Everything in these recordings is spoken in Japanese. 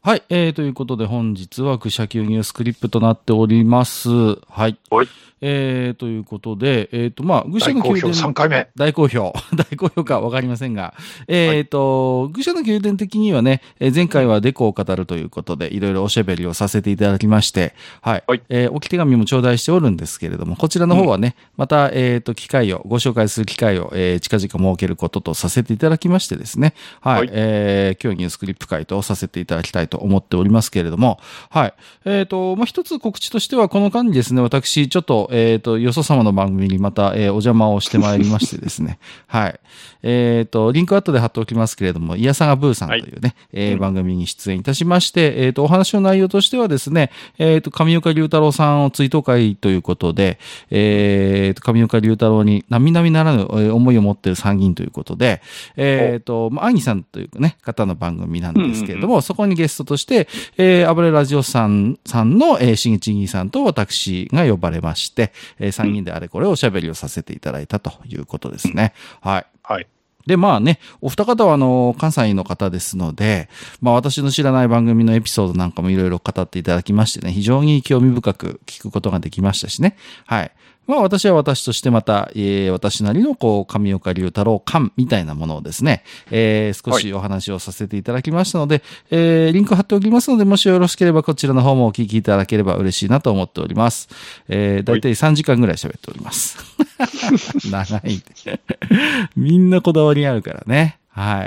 はい、ということで本日は愚者級ニュースクリップとなっております。はい。 はい。 ということで、愚者の宮殿。 3回目。 大好評。大好評かわかりませんが、愚者の宮殿的にはね、前回はデコを語るということで、いろいろおしゃべりをさせていただきまして、はい。 はい、 置き手紙も頂戴しておるんですけれども、こちらの方はね、また、機会を、ご紹介する機会を、近々設けることとさせていただきましてですね、はい。今日ニュースクリップ会とさせていただきたいと思っておりますけれども、はい。一つ告知としては、この間にですね、私、ちょっと、よそ様の番組にまた、お邪魔をしてまいりましてですね。はい。リンク後で貼っておきますけれども、いやさがブーさんというね、番組に出演いたしまして、お話の内容としてはですね、上岡龍太郎さんを追悼会ということで、上岡龍太郎に並々ならぬ思いを持っている参議院ということで、アニさんというね、方の番組なんですけれども、そこにゲストとして、暴れラジオさんの、しげちぎさんと私が呼ばれまして、3人であれこれおしゃべりをさせていただいたということですね。はい。 はい。 で、まあね、お二方は関西の方ですので、まあ私の知らない番組のエピソードなんかもいろいろ語っていただきましてね、非常に興味深く聞くことができましたしね。はい。まあ私は私としてまた、私なりの上岡龍太郎感みたいなものをですね、少しお話をさせていただきましたので、リンク貼っておきますので、もしよろしければこちらの方もお聞きいただければ嬉しいなと思っております。だいたい3時間ぐらい喋っております。長いんで。みんなこだわりあるからね。はい。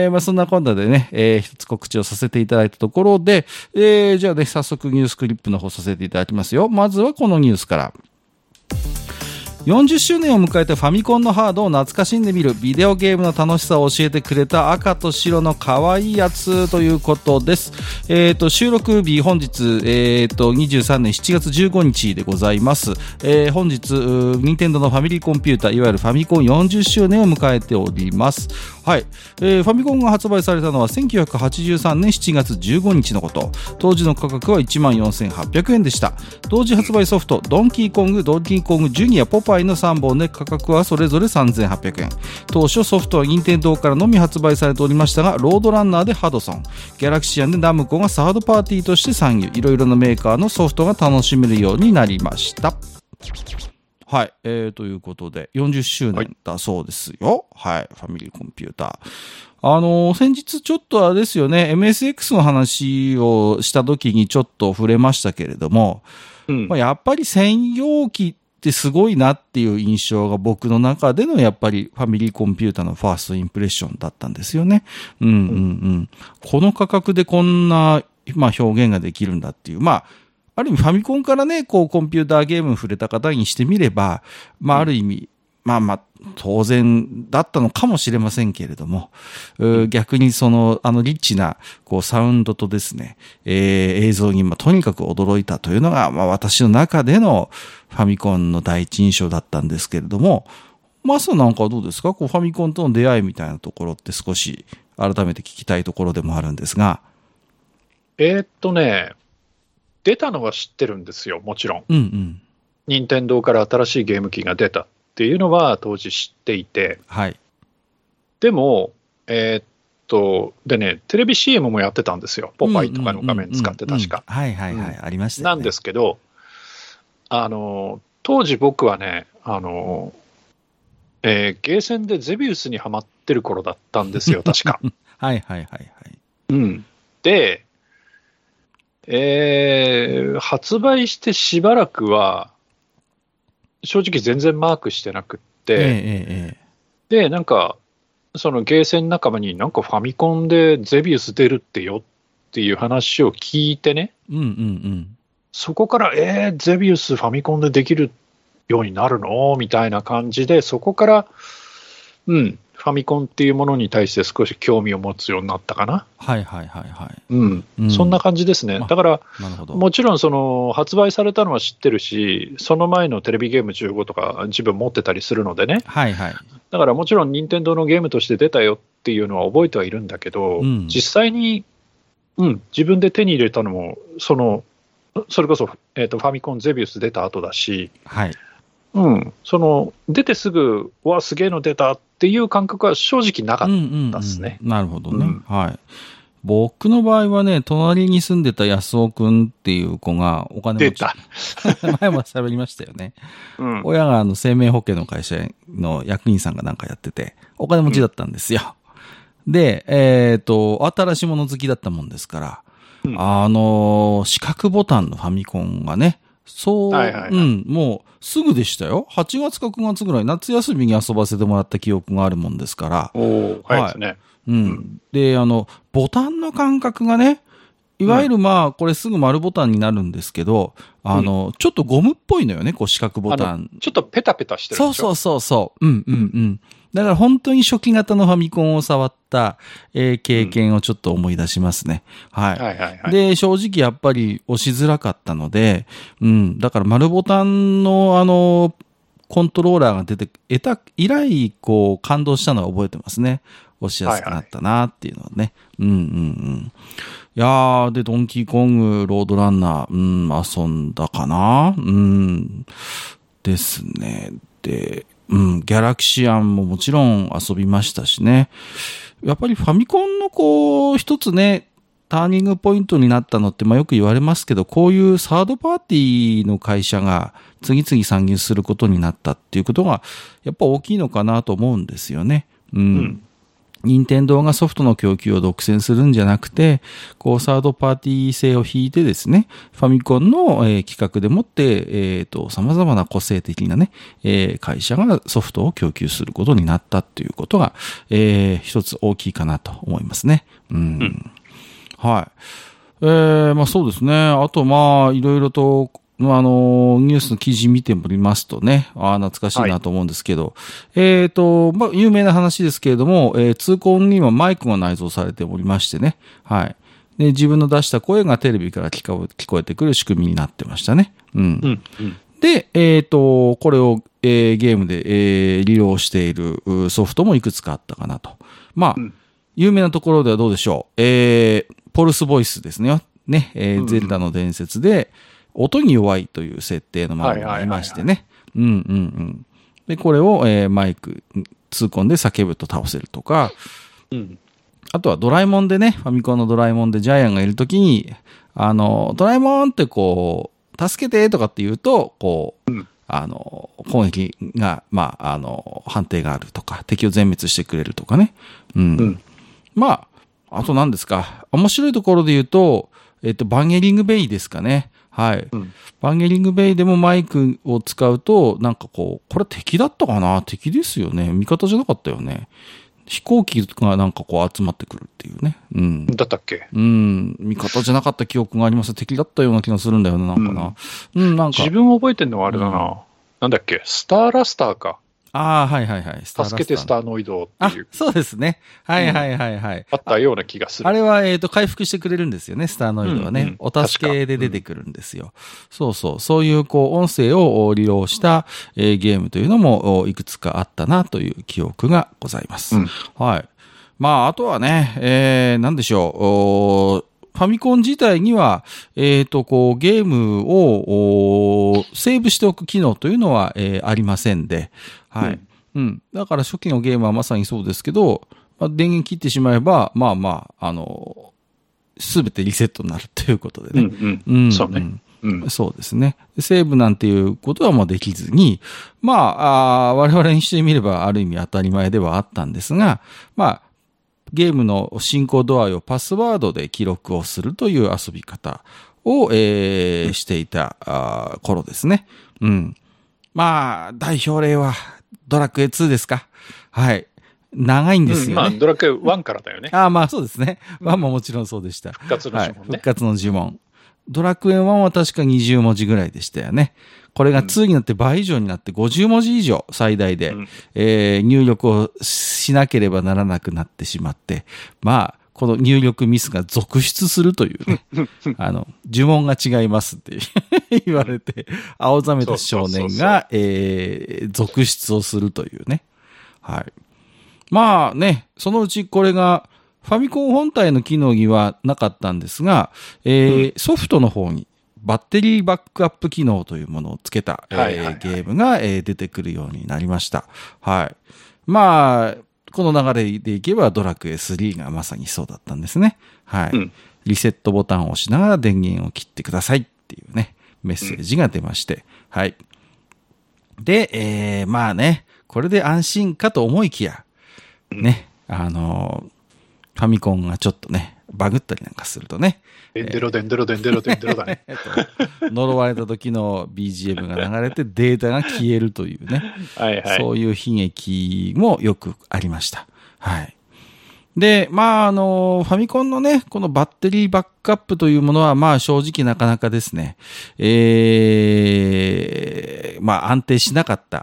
まあ、そんなこんなでね、一つ告知をさせていただいたところで、じゃあね、早速ニュースクリップの方させていただきますよ。まずはこのニュースから。40周年を迎えたファミコンのハードを懐かしんでみるビデオゲームの楽しさを教えてくれた赤と白の可愛いやつということです。収録日本日、23年7月15日でございます。本日、任天堂のファミリーコンピューター、いわゆるファミコン40周年を迎えております。はい。ファミコンが発売されたのは1983年7月15日のこと。当時の価格は 14,800 円でした。同時発売ソフト、ドンキーコング、ドンキーコングジュニア、ポパイの3本で価格はそれぞれ 3,800 円。当初ソフトは任天堂からのみ発売されておりましたが、ロードランナーでハドソン、ギャラクシアンでナムコがサードパーティーとして参入。いろいろなメーカーのソフトが楽しめるようになりました。はい。ということで、40周年だそうですよ。はい。ファミリーコンピューター。先日ちょっとあれですよね、MSX の話をした時にちょっと触れましたけれども、まあ、やっぱり専用機ってすごいなっていう印象が僕の中でのやっぱりファミリーコンピューターのファーストインプレッションだったんですよね。この価格でこんな、まあ、表現ができるんだっていう、まあ、ある意味ファミコンからね、コンピューターゲームに触れた方にしてみれば、まあある意味、当然だったのかもしれませんけれども、逆にリッチな、サウンドとですね、映像に、とにかく驚いたというのが、私の中でのファミコンの第一印象だったんですけれども、マスなんかはどうですか？ファミコンとの出会いみたいなところって少し改めて聞きたいところでもあるんですが。 出たのは知ってるんですよ、もちろん。任天堂から新しいゲーム機が出たっていうのは当時知っていて、 はい。 でも、でね、テレビ CM もやってたんですよ、ポパイとかの画面使って確か。 はいはいはい、ありましたね。 なんですけど、当時僕はね、ゲーセンでゼビウスにハマってる頃だったんですよ、確か。 はいはいはいはい。 で、発売してしばらくは正直全然マークしてなくって、でなんかそのゲーセン仲間になんかファミコンでゼビウス出るってよっていう話を聞いてね、そこからゼビウスファミコンでできるようになるのみたいな感じで、そこからファミコンっていうものに対して少し興味を持つようになったかな。 はいはいはいはい。 そんな感じですね。だから、もちろんその発売されたのは知ってるし、その前のテレビゲーム15とか自分持ってたりするのでね。 はいはい。 だからもちろん任天堂のゲームとして出たよっていうのは覚えてはいるんだけど、実際に、自分で手に入れたのも、それこそ、ファミコンゼビウス出た後だし、 はい。 出てすぐ、わあ、すげえの出たっていう感覚は正直なかったですね。 なるほどね。はい。 僕の場合はね、隣に住んでた安尾くんっていう子がお金持ち。 出た。 前も喋りましたよね。 うん。 親が生命保険の会社の役員さんがなんかやってて、お金持ちだったんですよ。で、新しいもの好きだったもんですから、四角ボタンのファミコンがね、そう、もうすぐでしたよ。8月か9月ぐらい、夏休みに遊ばせてもらった記憶があるもんですから。 はいですね。 で、ボタンの感覚がね、いわゆるこれすぐ丸ボタンになるんですけど、ちょっとゴムっぽいのよね、こう四角ボタン。 ちょっとペタペタしてるでしょ。 そう。だから本当に初期型のファミコンを触った、経験をちょっと思い出しますね。で、正直やっぱり押しづらかったので、だから丸ボタンのコントローラーが出て、以来、こう、感動したのは覚えてますね。押しやすくなったなっていうのはね。いやー、で、ドンキーコング、ロードランナー、遊んだかなですね。で、ギャラクシアンももちろん遊びましたしね。やっぱりファミコンのこう、一つね、ターニングポイントになったのって、よく言われますけど、こういうサードパーティーの会社が次々参入することになったっていうことが、やっぱ大きいのかなと思うんですよね。任天堂がソフトの供給を独占するんじゃなくて、こう、サードパーティー性を引いてですね、ファミコンの、企画でもって、様々な個性的なね、会社がソフトを供給することになったっていうことが、一つ大きいかなと思いますね。はい。そうですね。あと、いろいろと、ニュースの記事見てみますとね、懐かしいなと思うんですけど、有名な話ですけれども、痛恨にはマイクが内蔵されておりましてね、はい。で、自分の出した声がテレビから聞こえてくる仕組みになってましたね。で、これを、ゲームで、利用しているソフトもいくつかあったかなと。有名なところではどうでしょう。ポルスボイスですね。ゼルダの伝説で、音に弱いという設定のものがありましてね。で、これを、マイク、痛恨で叫ぶと倒せるとか、あとはドラえもんでね、ファミコンのドラえもんでジャイアンがいるときに、ドラえもんってこう、助けてとかって言うと、こう、攻撃が、判定があるとか、敵を全滅してくれるとかね。あと何ですか。面白いところで言うと、バンゲリングベイですかね。はい。バンゲリングベイでもマイクを使うと、なんかこう、これ敵だったかな？敵ですよね。味方じゃなかったよね。飛行機がなんかこう集まってくるっていうね。 だったっけ？ 味方じゃなかった記憶があります。敵だったような気がするんだよね、なんかな。なんか。 自分覚えてんのはあれだな。なんだっけ？スターラスターか。 はい。 助けてスターノイドっていう。 そうですね。はい。 あったような気がする。 あれは、回復してくれるんですよね、スターノイドはね。お助けで出てくるんですよ。そういう、こう、音声を利用した、ゲームというのも、いくつかあったなという記憶がございます。はい。あとはね、なんでしょう。ファミコン自体には、こう、ゲームを、セーブしておく機能というのは、ありませんで、はい。だから初期のゲームはまさにそうですけど、電源切ってしまえば、すべてリセットになるということでね。 そうね。 そうですね。セーブなんていうことはもうできずに、我々にしてみればある意味当たり前ではあったんですが、ゲームの進行度合いをパスワードで記録をするという遊び方を、していた頃ですね。代表例はドラクエ2ですか。はい。長いんですよね。 ドラクエ1からだよね。 そうですね。1ももちろんそうでした。 復活の呪文ね。 復活の呪文。ドラクエ1は確か20文字ぐらいでしたよね。これが2になって倍以上になって50文字以上最大で、入力をしなければならなくなってしまって、この入力ミスが続出するというね、呪文が違いますって言われて、青ざめた少年が、続出をするというね。はい。そのうちこれが、ファミコン本体の機能にはなかったんですが、ソフトの方にバッテリーバックアップ機能というものをつけた、ゲームが、出てくるようになりました。はい。 この流れでいけばドラクエ3がまさにそうだったんですね。はい。リセットボタンを押しながら電源を切ってくださいっていうね、メッセージが出まして。はい。で、まあね、これで安心かと思いきや、ね、ファミコンがちょっとね、バグったりなんかするとね。 デンデロデンデロデンデロデンデロだね。 呪われた時の BGM が流れてデータが消えるというね。 はいはい。 そういう悲劇もよくありました。はい。で、まあ、ファミコンのね、このバッテリーバックアップというものは、まあ正直なかなかですね、まあ安定しなかった、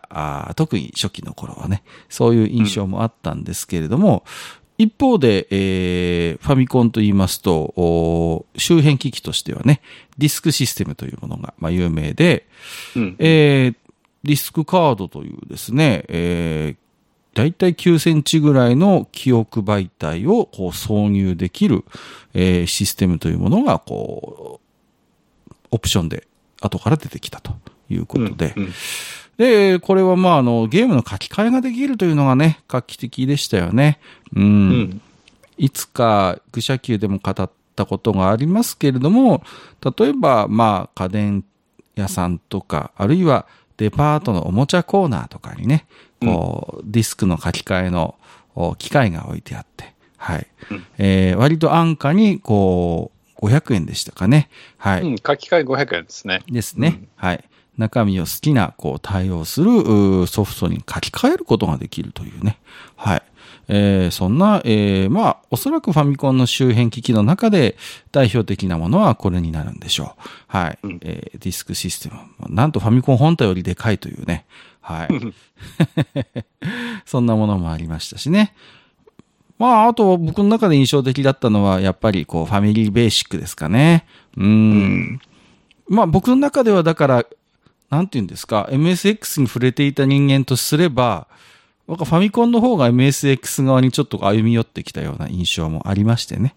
特に初期の頃はね、そういう印象もあったんですけれども、一方で、ファミコンと言いますと、周辺機器としてはね、ディスクシステムというものが、まあ、有名で、ディスクカードというですね、だいたい9センチぐらいの記憶媒体をこう挿入できる、システムというものが、こう、オプションで後から出てきたということで、で、これはまあゲームの書き換えができるというのがね、画期的でしたよね。いつか愚者級でも語ったことがありますけれども、例えばまあ家電屋さんとか、あるいはデパートのおもちゃコーナーとかにね、こう、ディスクの書き換えの機械が置いてあって、はい。割と安価にこう、500円でしたかね。はい。 書き換え500円ですね。 ですね。はい。中身を好きな、こう、対応するソフトに書き換えることができるというね。はい。そんな、まあ、おそらくファミコンの周辺機器の中で代表的なものはこれになるんでしょう。はい。ディスクシステム。なんとファミコン本体よりでかいというね。はい。そんなものもありましたしね。まあ、あと僕の中で印象的だったのは、やっぱりこう、ファミリーベーシックですかね。まあ、僕の中ではだから、なんて言うんですか、MSX に触れていた人間とすれば、ファミコンの方が MSX 側にちょっと歩み寄ってきたような印象もありましてね。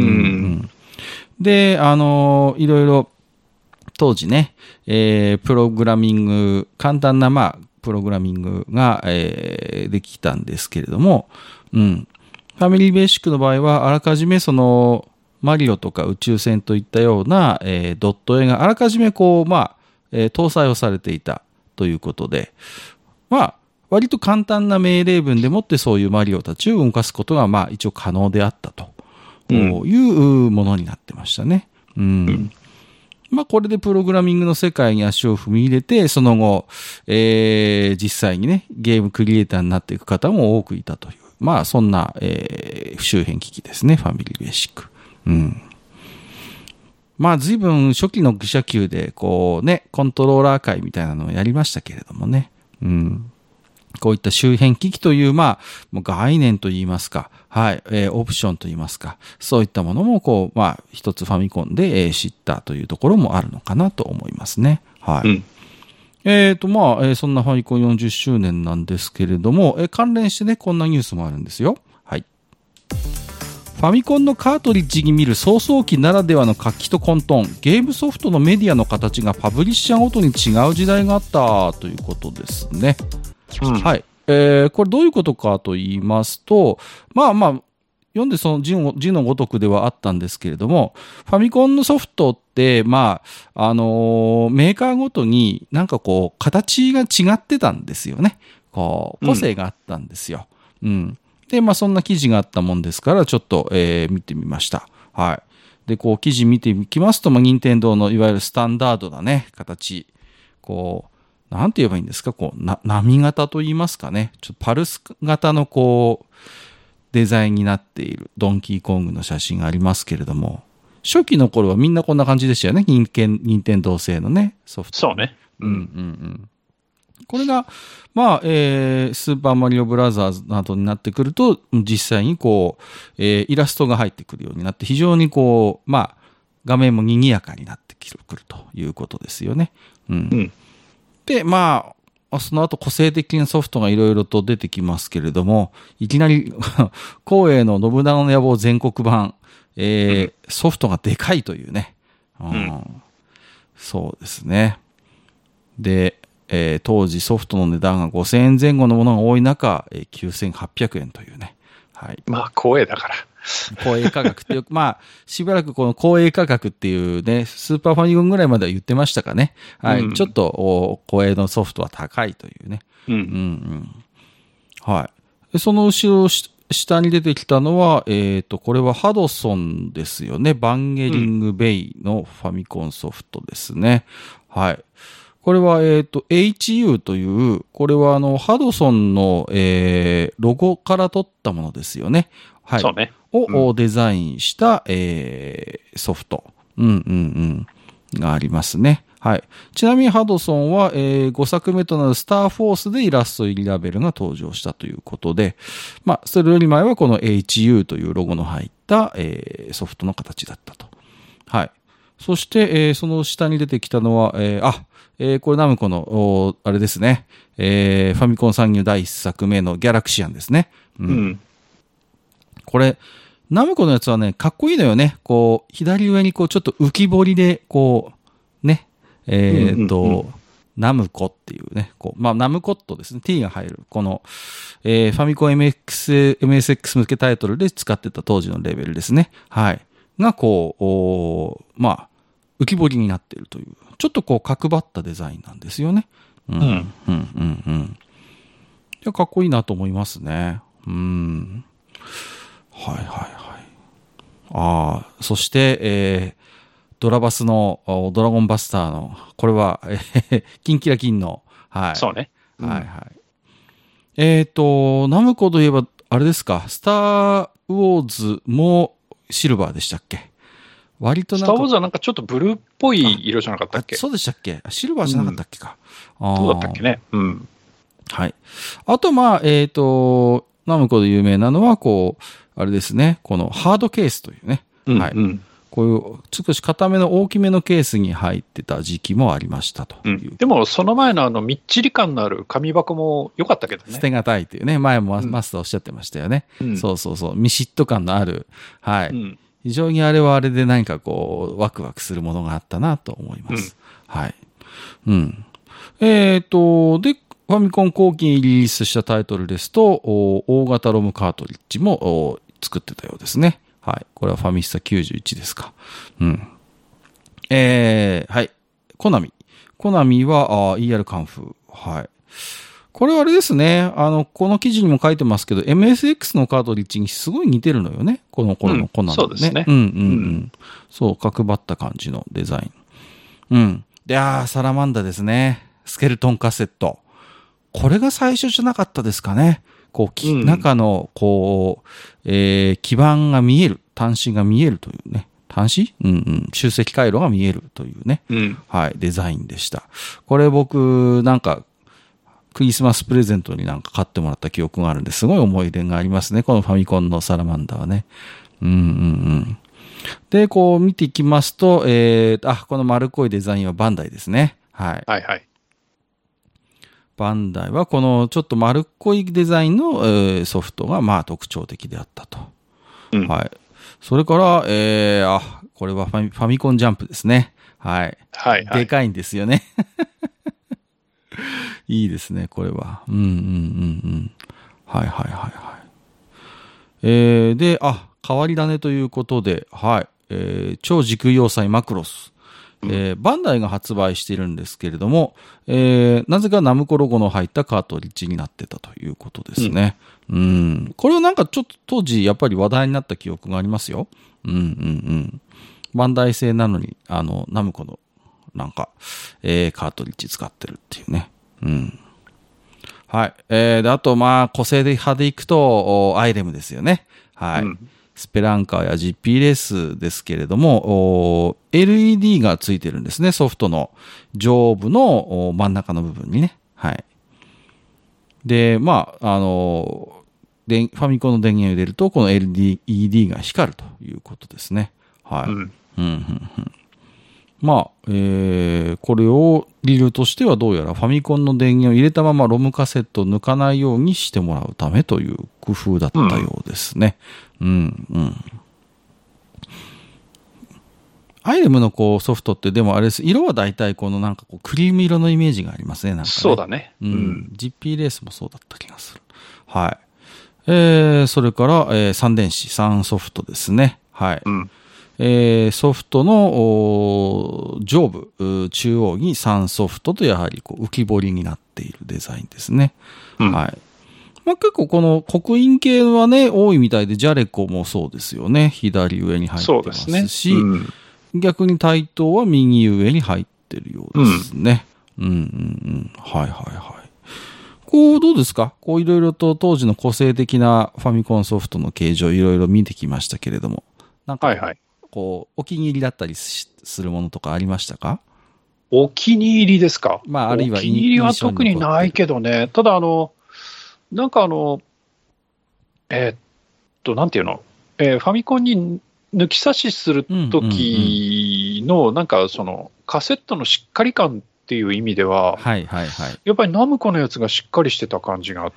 で、いろいろ、当時ね、プログラミング、簡単な、まあ、プログラミングが、できたんですけれども、ファミリーベーシックの場合は、あらかじめその、マリオとか宇宙船といったような、ドット絵があらかじめこう、まあ、搭載をされていたということで、まあ、割と簡単な命令文でもってそういうマリオたちを動かすことが、まあ、一応可能であったというものになってましたね。まあ、これでプログラミングの世界に足を踏み入れて、その後、実際にね、ゲームクリエイターになっていく方も多くいたという、まあ、そんな、周辺機器ですね、ファミリーベーシック。まあ、随分初期の愚者級で、こうね、コントローラー界みたいなのをやりましたけれどもね。こういった周辺機器という、まあ、もう概念といいますか、はい、オプションといいますか、そういったものも、こう、まあ、一つファミコンで、知ったというところもあるのかなと思いますね。はい。まあ、そんなファミコン40周年なんですけれども、関連してね、こんなニュースもあるんですよ。はい。ファミコンのカートリッジに見る早々期ならではの活気と混沌、ゲームソフトのメディアの形がパブリッシャーごとに違う時代があったということですね。はい。これどういうことかと言いますと、まあまあ、読んでその字のごとくではあったんですけれども、ファミコンのソフトって、まあ、メーカーごとになんかこう、形が違ってたんですよね。こう、個性があったんですよ。で、まあそんな記事があったもんですから、ちょっと、見てみました。はい。で、こう記事見ていきますと、まあ、任天堂のいわゆるスタンダードなね、形。こう、なんて言えばいいんですか、こう、波型と言いますかね。ちょっとパルス型のこう、デザインになっているドンキーコングの写真がありますけれども、初期の頃はみんなこんな感じでしたよね。任天堂製のね、ソフト。 そうね。 これが、まあ、スーパーマリオブラザーズなどになってくると、実際にこう、イラストが入ってくるようになって、非常にこう、まあ、画面も賑やかになってくるということですよね。で、まあ、その後個性的なソフトがいろいろと出てきますけれども、いきなり、光栄の信長の野望全国版、ソフトがでかいというね。そうですね。で、 当時ソフトの値段が5000円前後のものが多い中、9800円というね。はい。 まあ、光栄だから。 公営価格っていう、まあ、しばらくこの公営価格っていうね、スーパーファミコンぐらいまでは言ってましたかね。はい。ちょっと、公営のソフトは高いというね。はい。その後ろ、下に出てきたのは、これはハドソンですよね。バンゲリングベイのファミコンソフトですね。はい。これは、HU という、これはハドソンの、ロゴから取ったものですよね。はい。 そうね。 をデザインした、ソフト。がありますね。はい。ちなみにハドソンは、5作目となるスターフォースでイラスト入りラベルが登場したということで、まあ、それより前はこの HU というロゴの入った、ソフトの形だったと。はい。そして、その下に出てきたのは、これナムコの、あれですね、ファミコン参入第1作目のギャラクシアンですね。これ、ナムコのやつはね、かっこいいのよね。こう、左上にこう、ちょっと浮き彫りで、こう、ね、ナムコっていうね、こう、まあ、ナムコットですね。T が入る。この、ファミコン MSX 向けタイトルで使ってた当時のレベルですね。はい。が、こう、まあ、浮き彫りになっているという、ちょっとこう、角張ったデザインなんですよね。いや、かっこいいなと思いますね。そして、ドラバスのドラゴンバスターの、これは、キンキラキンの、はい。 そうね。 ナムコといえば、あれですか、スター・ウォーズもシルバーでしたっけ？割となんか。 スター・ウォーズはなんかちょっとブルーっぽい色じゃなかったっけ？ そうでしたっけ？シルバーじゃなかったっけか。 どうだったっけね。 はい。あと、まあ、ナムコで有名なのは、こう、あれですね、このハードケースというね。はい。こういう少し固めの大きめのケースに入ってた時期もありましたという。 でも、その前のみっちり感のある紙箱も良かったけどね。 捨てがたいというね。前もマスターおっしゃってましたよね。そうそうそう。ミシッと感のある。はい。非常にあれはあれで何かこう、ワクワクするものがあったなと思います。はい。で、ファミコン後期にリリースしたタイトルですと、大型ロムカートリッジも作ってたようですね。はい。これはファミスタ91ですか。はい。コナミ。コナミは、ER カンフー。はい。これはあれですね。この記事にも書いてますけど、MSX のカートリッジにすごい似てるのよね。この頃のコナミね。 そうですね。 そう、角張った感じのデザイン。で、サラマンダですね。スケルトンカセット。これが最初じゃなかったですかね。こう、中の、こう、基板が見える。端子が見えるというね。端子集積回路が見えるというね。はい、デザインでした。これ僕、なんか、クリスマスプレゼントになんか買ってもらった記憶があるんで、すごい思い出がありますね。このファミコンのサラマンダはね。で、こう見ていきますと、この丸っこいデザインはバンダイですね。はい。バンダイはこのちょっと丸っこいデザインの、ソフトがまあ特徴的であったと。はい。それから、これはファミコンジャンプですね。はい。でかいんですよね。いいですね、これは。で、変わり種ということで、はい。超時空要塞マクロス。バンダイが発売しているんですけれども、なぜかナムコロゴの入ったカートリッジになってたということですね。これはなんかちょっと当時やっぱり話題になった記憶がありますよ。バンダイ製なのに、ナムコのなんか、カートリッジ使ってるっていうね。はい。で、あと、まあ、個性派でいくと、アイレムですよね。はい。スペランカーや GP レースですけれども、LED がついてるんですね。ソフトの上部の真ん中の部分にね。はい。で、まあ、ファミコンの電源を入れると、この LED が光るということですね。はい。まあ、これを理由としてはどうやらファミコンの電源を入れたままロムカセットを抜かないようにしてもらうためという工夫だったようですね。 アイレムのこうソフトってでもあれです。色は大体このなんかこうクリーム色のイメージがありますね。なんかね。 そうだね。 GP レースもそうだった気がする。はい。それから、3電子、3ソフトですね。はい。ソフトの上部、中央に3ソフトとやはりこう浮き彫りになっているデザインですね。はい。まあ、結構この刻印系はね、多いみたいで、ジャレコもそうですよね。左上に入ってますし、逆に対等は右上に入ってるようですね。はいはいはい。こう、どうですか？こういろいろと当時の個性的なファミコンソフトの形状いろいろ見てきましたけれども、なんか、こう、お気に入りだったりするものとかありましたか？ お気に入りですか？ まあ、あるいはお気に入りは特にないけどね。ただなんかなんていうの、ファミコンに抜き差しするときの、なんかその、カセットのしっかり感っていう意味では、やっぱりナムコのやつがしっかりしてた感じがあって、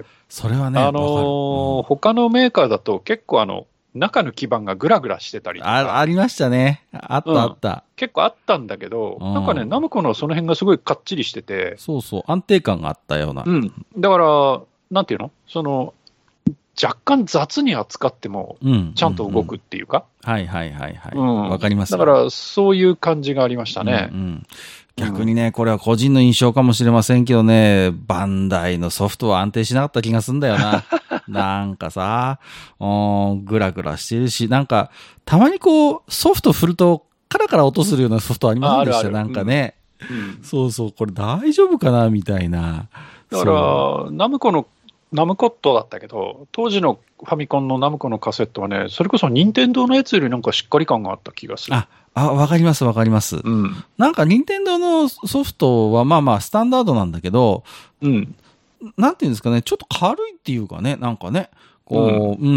それはね、 他のメーカーだと結構中の基板がグラグラしてたりとか。 ありましたね。あった。 結構あったんだけど、なんかね、ナムコのその辺がすごいかっちりしてて。 そうそう、安定感があったような。 だから、なんていうの？若干雑に扱っても、ちゃんと動くっていうか。 わかります。 だから、そういう感じがありましたね。 逆にね、これは個人の印象かもしれませんけどね、バンダイのソフトは安定しなかった気がするんだよな。なんかさ、グラグラしてるし、なんか、たまにこう、ソフト振ると、カラカラ音するようなソフトありませんでした？なんかね。そうそう、これ大丈夫かなみたいな。 だから、ナムコットだったけど、当時のファミコンのナムコのカセットはね、それこそ任天堂のやつよりなんかしっかり感があった気がする。 わかります。なんか任天堂のソフトはまあまあスタンダードなんだけど、なんていうんですかね、ちょっと軽いっていうかね、なんかね、こう、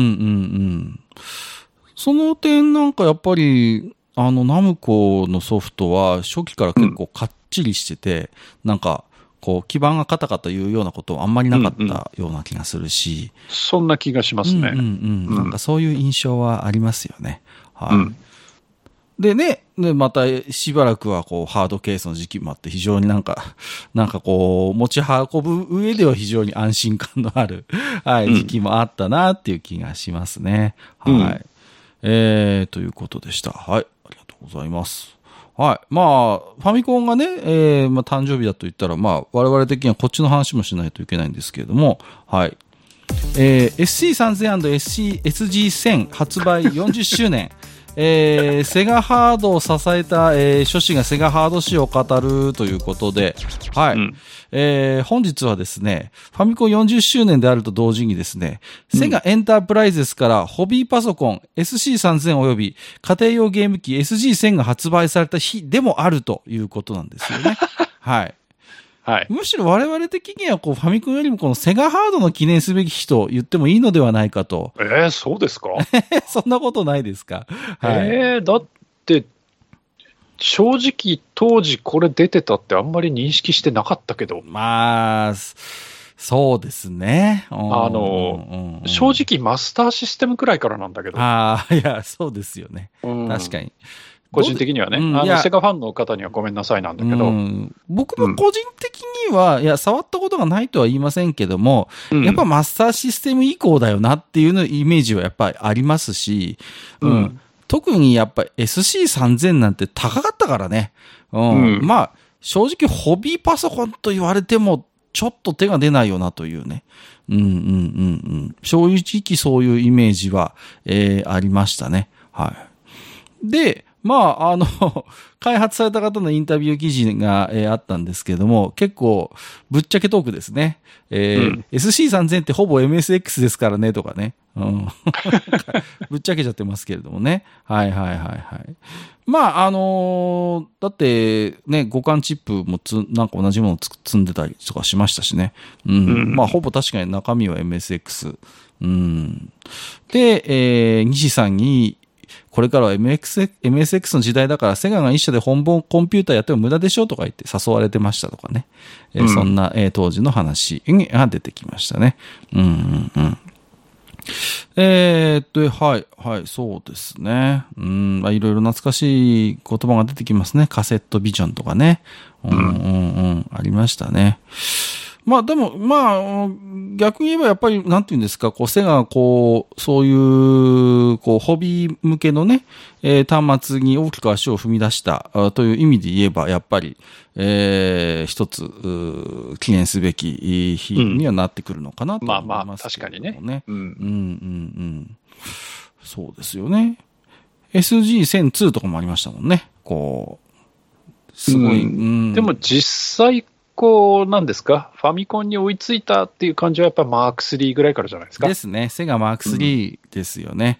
その点なんかやっぱり、ナムコのソフトは初期から結構かっちりしてて、なんか、こう、基盤がカタカタ言うようなことはあんまりなかったような気がするし。 そんな気がしますね。 なんかそういう印象はありますよね。でね、またしばらくはこう、ハードケースの時期もあって非常になんかこう、持ち運ぶ上では非常に安心感のある、時期もあったなっていう気がしますね。ということでした。ありがとうございます。まあ、ファミコンがね、誕生日だと言ったら、我々的にはこっちの話もしないといけないんですけれども、SC3000 発売40周年。セガハードを支えた、書士がセガハード史を語るということで、本日はですね、ファミコン40周年であると同時にですね、セガエンタープライゼスからホビーパソコン SC3000 および家庭用ゲーム機 SG1000 が発売された日でもあるということなんですよね。むしろ我々的にはこうファミコンよりもこのセガハードの記念すべき日と言ってもいいのではないかと。 そうですか？ そんなことないですか？ だって正直当時これ出てたってあんまり認識してなかったけど。 そうですね。 正直マスターシステムくらいからなんだけど。 いや、そうですよね。確かに。 個人的にはね、セガファンの方にはごめんなさいなんだけど。 僕も個人的には、いや、触ったことがないとは言いませんけども、やっぱマスターシステム以降だよなっていうのイメージはやっぱりありますし、特にやっぱり SC3000 なんて高かったからね。正直ホビーパソコンと言われても、ちょっと手が出ないよなというね。正直そういうイメージは、ありましたね。で、開発された方のインタビュー記事が、あったんですけども、結構、ぶっちゃけトークですね。SC3000 ってほぼ MSX ですからね、とかね。ぶっちゃけちゃってますけれどもね。だってね、互換チップもなんか同じものを積んでたりとかしましたしね。ほぼ確かに中身は MSX。で、西さんに、これからは MSX の時代だからセガが一社で本番コンピューターやっても無駄でしょとか言って誘われてましたとかね。そんな、当時の話が出てきましたね。 はい、はい、そうですね。まあ、いろいろ懐かしい言葉が出てきますね。カセットビジョンとかね。ありましたね。まあでも、まあ、逆に言えばやっぱり、なんていうんですか、こう、セガがこう、そういう、こう、ホビー向けのね、端末に大きく足を踏み出したという意味で言えば、やっぱり、一つ、記念すべき日にはなってくるのかなと思いますけれどもね。 確かにね。 そうですよね。SG-1002 とかもありましたもんね。こう、すごい。 でも実際、こう、なんですか、ファミコンに追いついたっていう感じはやっぱマーク3ぐらいからじゃないですか。 ですね。セガマーク3ですよね。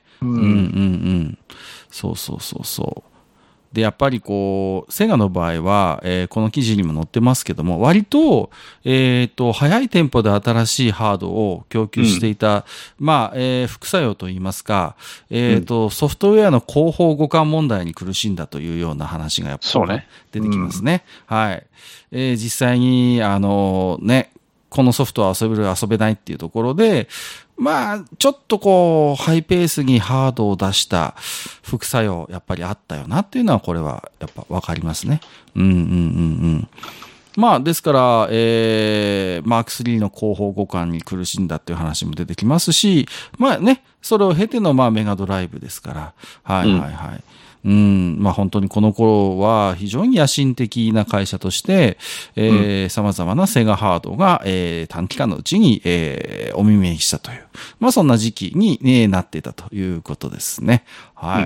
そうそうそうそう。で、やっぱりこう、セガの場合は、この記事にも載ってますけども、割と、早いテンポで新しいハードを供給していた、まあ、副作用といいますか、ソフトウェアの広報互換問題に苦しんだというような話がやっぱり出てきますね。はい。実際に、ね、このソフトは遊べる、遊べないっていうところで、まあ、ちょっとこう、ハイペースにハードを出した副作用、やっぱりあったよなっていうのは、これはやっぱわかりますね。まあ、ですから、マーク3の広報互換に苦しんだっていう話も出てきますし、まあね、それを経てのまあメガドライブですから、はいはいはい。まあ本当にこの頃は非常に野心的な会社として、様々なセガハードが、短期間のうちに、お耳にしたという、まあそんな時期に、なっていたということですね。はい。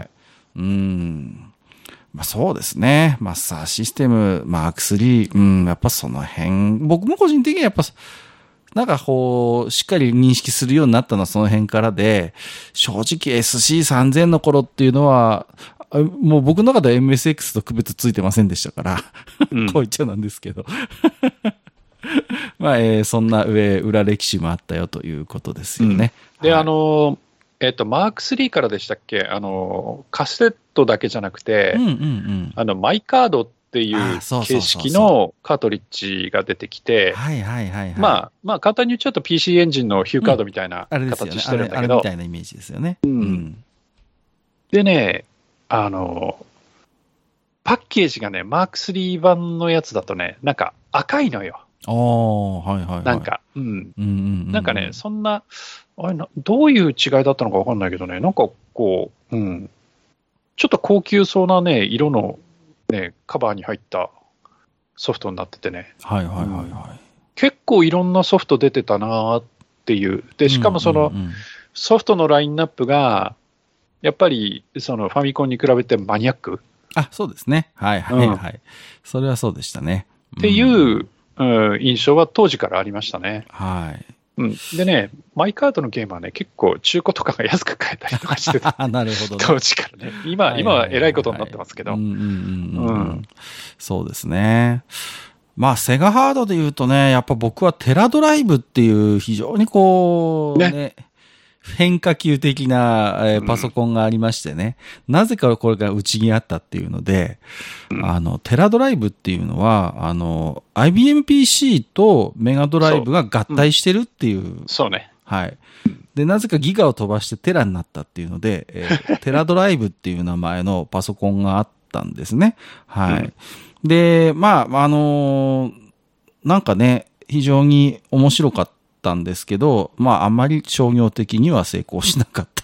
まあそうですね。マスターシステム、マーク3、やっぱその辺、僕も個人的にはやっぱ、なんかこう、しっかり認識するようになったのはその辺からで、正直 SC3000 の頃っていうのは、もう僕の中では MSX と区別ついてませんでしたから、こう言っちゃなんですけど。まあ、そんな裏歴史もあったよということですよね。 で、はい、マーク3からでしたっけ、カセットだけじゃなくて、マイカードっていう形式のカートリッジが出てきて、まあ、簡単に言っちゃうと PC エンジンのヒューカードみたいな形してるんだけど、 あれみたいなイメージですよね。 でね、パッケージがね、マーク3版のやつだとね、なんか赤いのよ。なんか、なんかね、そんな、あれどういう違いだったのかわかんないけどね、なんかこう、ちょっと高級そうなね、色のね、カバーに入ったソフトになっててね。結構いろんなソフト出てたなっていう。で、しかもその、ソフトのラインナップが、やっぱり、そのファミコンに比べてマニアック。 そうですね。それはそうでしたね。 っていう印象は当時からありましたね。でね、マイカードのゲームはね、結構中古とかが安く買えたりとかしてた。 なるほど、ね。 当時からね。今は偉いことになってますけど。 そうですね。まあ、セガハードで言うとね、やっぱ僕はテラドライブっていう非常にこう、ね変化球的な、パソコンがありましてね。なぜかこれがうちにあったっていうので、テラドライブっていうのは、IBM PC とメガドライブが合体してるっていう。 そうね。 はい。で、なぜかギガを飛ばしてテラになったっていうので、テラドライブっていう名前のパソコンがあったんですね。はい。で、まあ、なんかね、非常に面白かったんですけど、まあ、あんまり商業的には成功しなかった。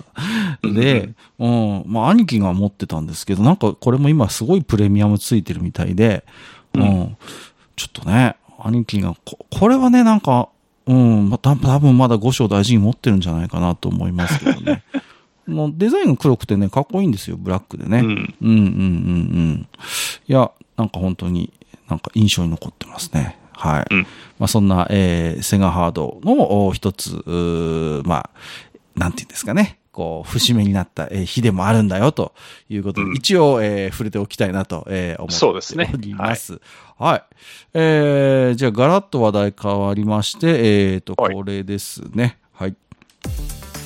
で、まあ、兄貴が持ってたんですけど、なんかこれも今すごいプレミアムついてるみたいで、ちょっとね、兄貴が、これはね、なんか、多分まだ5章大事に持ってるんじゃないかなと思いますけどね。デザインが黒くてね、かっこいいんですよ、ブラックでね。いや、なんか本当に、なんか印象に残ってますね。はい。まあそんな、セガハードの一つ、まあ、なんていうんですかね。こう、節目になった日でもあるんだよということで、一応、触れておきたいなと、思っております。はい。じゃあ、ガラッと話題変わりまして、これですね。はい。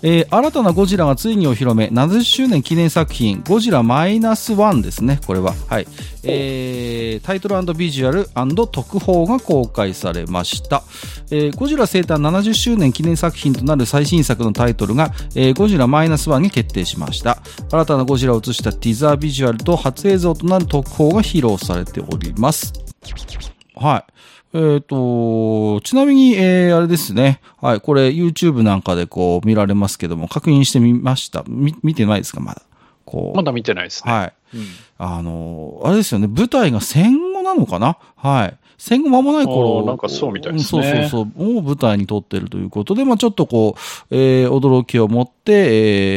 新たなゴジラがついにお披露目、70周年記念作品、ゴジラマイナスワンですね、これは。はい。タイトル&ビジュアル&特報が公開されました。ゴジラ生誕70周年記念作品となる最新作のタイトルが、ゴジラマイナスワンに決定しました。新たなゴジラを映したティザービジュアルと初映像となる特報が披露されております。はい。ちなみに、あれですね。はい。これ YouTube なんかでこう見られますけども、確認してみました。見てないですかまだ。 まだ見てないですね。 はい。あれですよね。舞台が戦後なのかな。はい。戦後間もない頃。 なんかそうみたいですね。 そう。を舞台に撮ってるということで、まあちょっとこう、驚きを持って、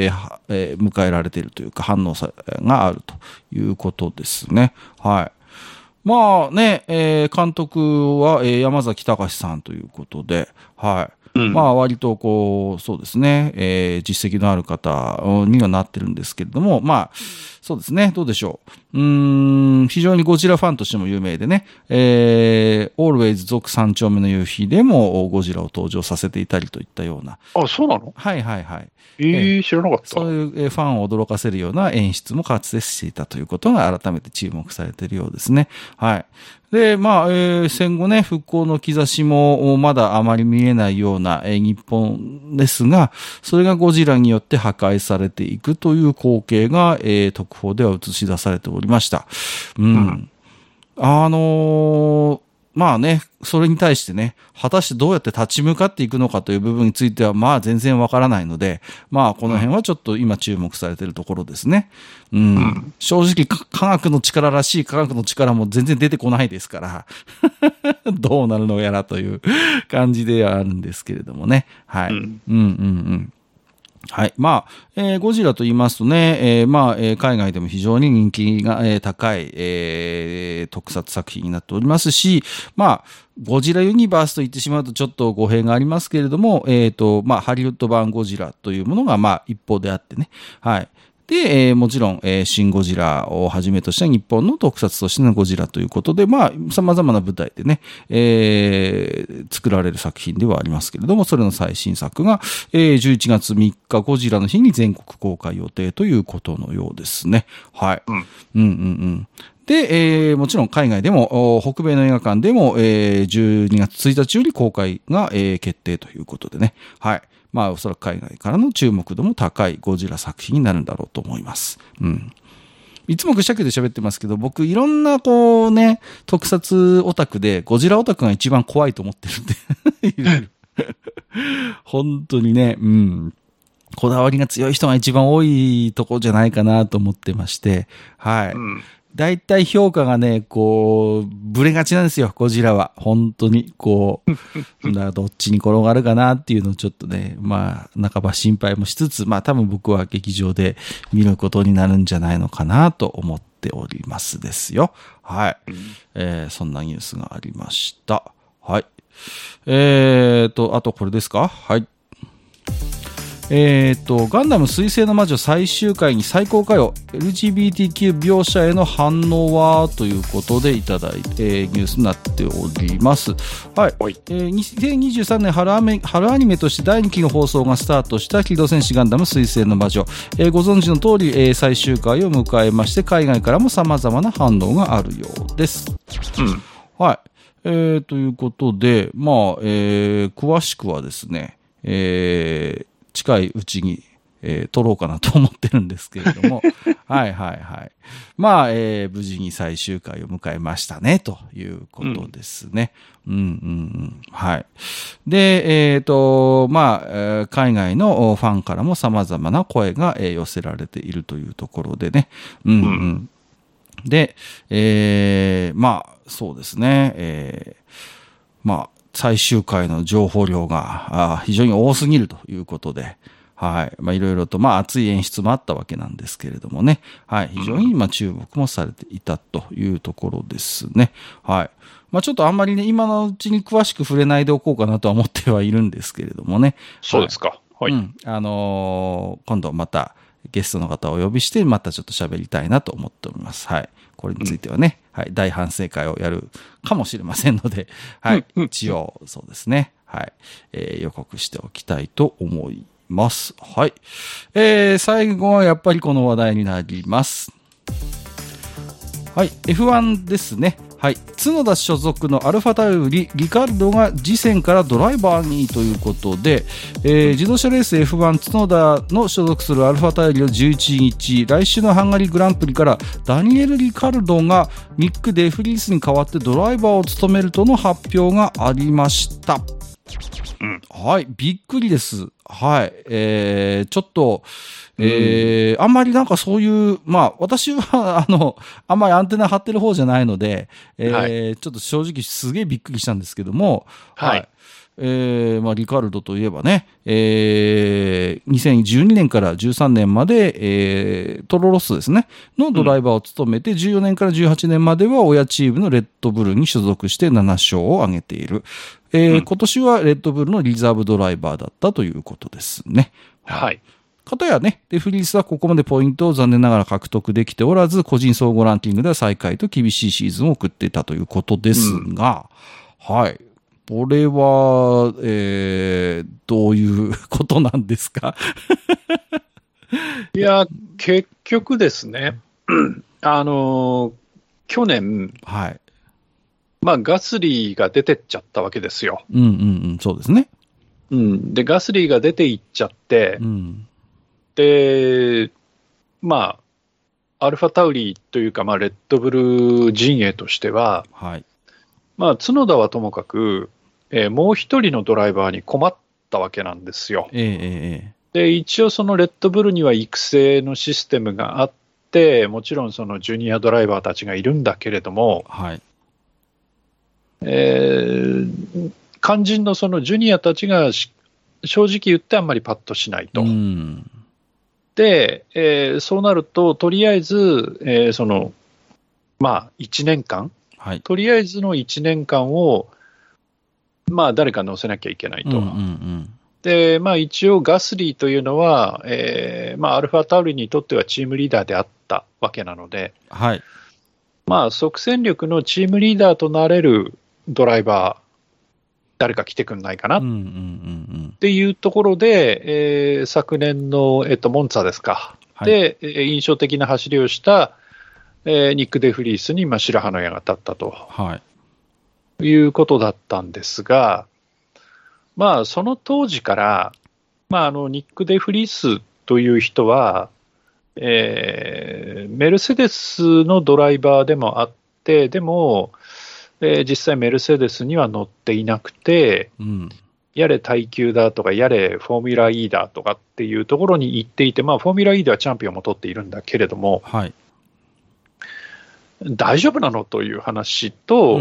迎えられているというか、反応があるということですね。はい。まあね、監督は、山崎隆さんということで、はい。まあ割とこう、そうですね、実績のある方にはなってるんですけれども、まあ、そうですね、どうでしょう。非常にゴジラファンとしても有名でね、Always 続三丁目の夕日でもゴジラを登場させていたりといったような。 あ、そうなの？ はい。 知らなかった。 そういうファンを驚かせるような演出もかつてしていたということが改めて注目されているようですね。はい。で、まあ、戦後ね、復興の兆しもまだあまり見えないような、日本ですが、それがゴジラによって破壊されていくという光景が、特報では映し出されておりました。まあね、それに対してね、果たしてどうやって立ち向かっていくのかという部分については、まあ全然わからないので、まあこの辺はちょっと今注目されているところですね。正直科学の力らしい科学の力も全然出てこないですから、どうなるのやらという感じではあるんですけれどもね。はい。はい。まあ、ゴジラと言いますとね、海外でも非常に人気が、高い、特撮作品になっておりますし、まあ、ゴジラユニバースと言ってしまうとちょっと語弊がありますけれども、ハリウッド版ゴジラというものが、まあ、一方であってね。はい。で、もちろん、シン・ゴジラをはじめとした日本の特撮としてのゴジラということで、まあ、様々な舞台でね、作られる作品ではありますけれども、それの最新作が、11月3日ゴジラの日に全国公開予定ということのようですね。はい。で、もちろん海外でも、北米の映画館でも、12月1日より公開が、決定ということでね。はい。まあ、おそらく海外からの注目度も高いゴジラ作品になるんだろうと思います。いつもぐしゃくで喋ってますけど、僕いろんなこうね、特撮オタクでゴジラオタクが一番怖いと思ってるんで。本当にね、こだわりが強い人が一番多いところじゃないかなと思ってまして、はい。だいたい評価がね、こう、ブレがちなんですよ、ゴジラは。本当に、こう、どっちに転がるかなっていうのをちょっとね、まあ、半ば心配もしつつ、まあ多分僕は劇場で見ることになるんじゃないのかなと思っておりますですよ。はい。そんなニュースがありました。はい。あとこれですか？はい。ガンダム水星の魔女最終回に最高かよ LGBTQ 描写への反応はということでいただいて、ニュースになっております。はい。2023年春アニメとして第2期の放送がスタートした機動戦士ガンダム水星の魔女、ご存知の通り、最終回を迎えまして海外からも様々な反応があるようです。はい。ということで、まあ、詳しくはですね、近いうちに、撮ろうかなと思ってるんですけれども、はい。まあ、無事に最終回を迎えましたね、ということですね。はい。で、まあ、海外のファンからも様々な声が寄せられているというところでね。で、まあ、そうですね。まあ、最終回の情報量が非常に多すぎるということで、はい。まあ、いろいろと、まあ、熱い演出もあったわけなんですけれどもね。はい。非常に、まあ、注目もされていたというところですね。はい。まあ、ちょっとあんまりね、今のうちに詳しく触れないでおこうかなとは思ってはいるんですけれどもね。 そうですか。はい。 今度またゲストの方をお呼びして、またちょっと喋りたいなと思っております。はい。これについてはね、はい。大反省会をやるかもしれませんので、はい。一応、そうですね。はい。予告しておきたいと思います。はい。最後はやっぱりこの話題になります。はい。F1 ですね。はい。角田所属のアルファタウリ、リカルドが次戦からドライバーにということで、自動車レース F1 角田の所属するアルファタウリは11日、来週のハンガリーグランプリからダニエル・リカルドがニック・デフリースに代わってドライバーを務めるとの発表がありました。はい。びっくりです。はい。ちょっと、あんまりなんかそういう、まあ、私は、あんまりアンテナ張ってる方じゃないので、 はい、 ちょっと正直すげえびっくりしたんですけども、 はい。 まあ、リカルドといえばね、2012年から13年まで、トロロッソですね、のドライバーを務めて、14年から18年までは親チームのレッドブルに所属して7勝を挙げている。今年はレッドブルのリザーブドライバーだったということですね。 はい。 かたやね、デフリースはここまでポイントを残念ながら獲得できておらず、個人総合ランキングでは最下位と厳しいシーズンを送っていたということですが、はい。これは、どういうことなんですか？ いや、結局ですね、去年、 はい。 まあ、ガスリーが出てっちゃったわけですよ。 うんうんうん、そうですね。 で、ガスリーが出ていっちゃって、で、まあ、アルファタウリというか、まあ、レッドブル陣営としては、 はい。 まあ、角田はともかく、もう一人のドライバーに困ったわけなんですよ。で、一応そのレッドブルには育成のシステムがあって、もちろんそのジュニアドライバーたちがいるんだけれども、 はい。 肝心のそのジュニアたちが正直言ってあんまりパッとしないと。で、そうなると、とりあえず、まあ、1年間、 はい、 とりあえずの1年間を、まあ、誰か乗せなきゃいけないと。で、まあ、一応、ガスリーというのは、まあ、アルファタウリにとってはチームリーダーであったわけなので、 はい、 まあ、即戦力のチームリーダーとなれるドライバー、誰か来てくんないかなっていうところで、昨年の、モンツァですか、はい、で、印象的な走りをした、ニック・デフリースに白羽の矢が立ったと、はい、いうことだったんですが、まあ、その当時から、まあ、ニック・デフリースという人は、メルセデスのドライバーでもあって、でも、実際メルセデスには乗っていなくて、やれ耐久だとか、やれフォーミュラ E だとかっていうところに行っていて、まあ、フォーミュラ E ではチャンピオンも取っているんだけれども、はい、大丈夫なのという話と、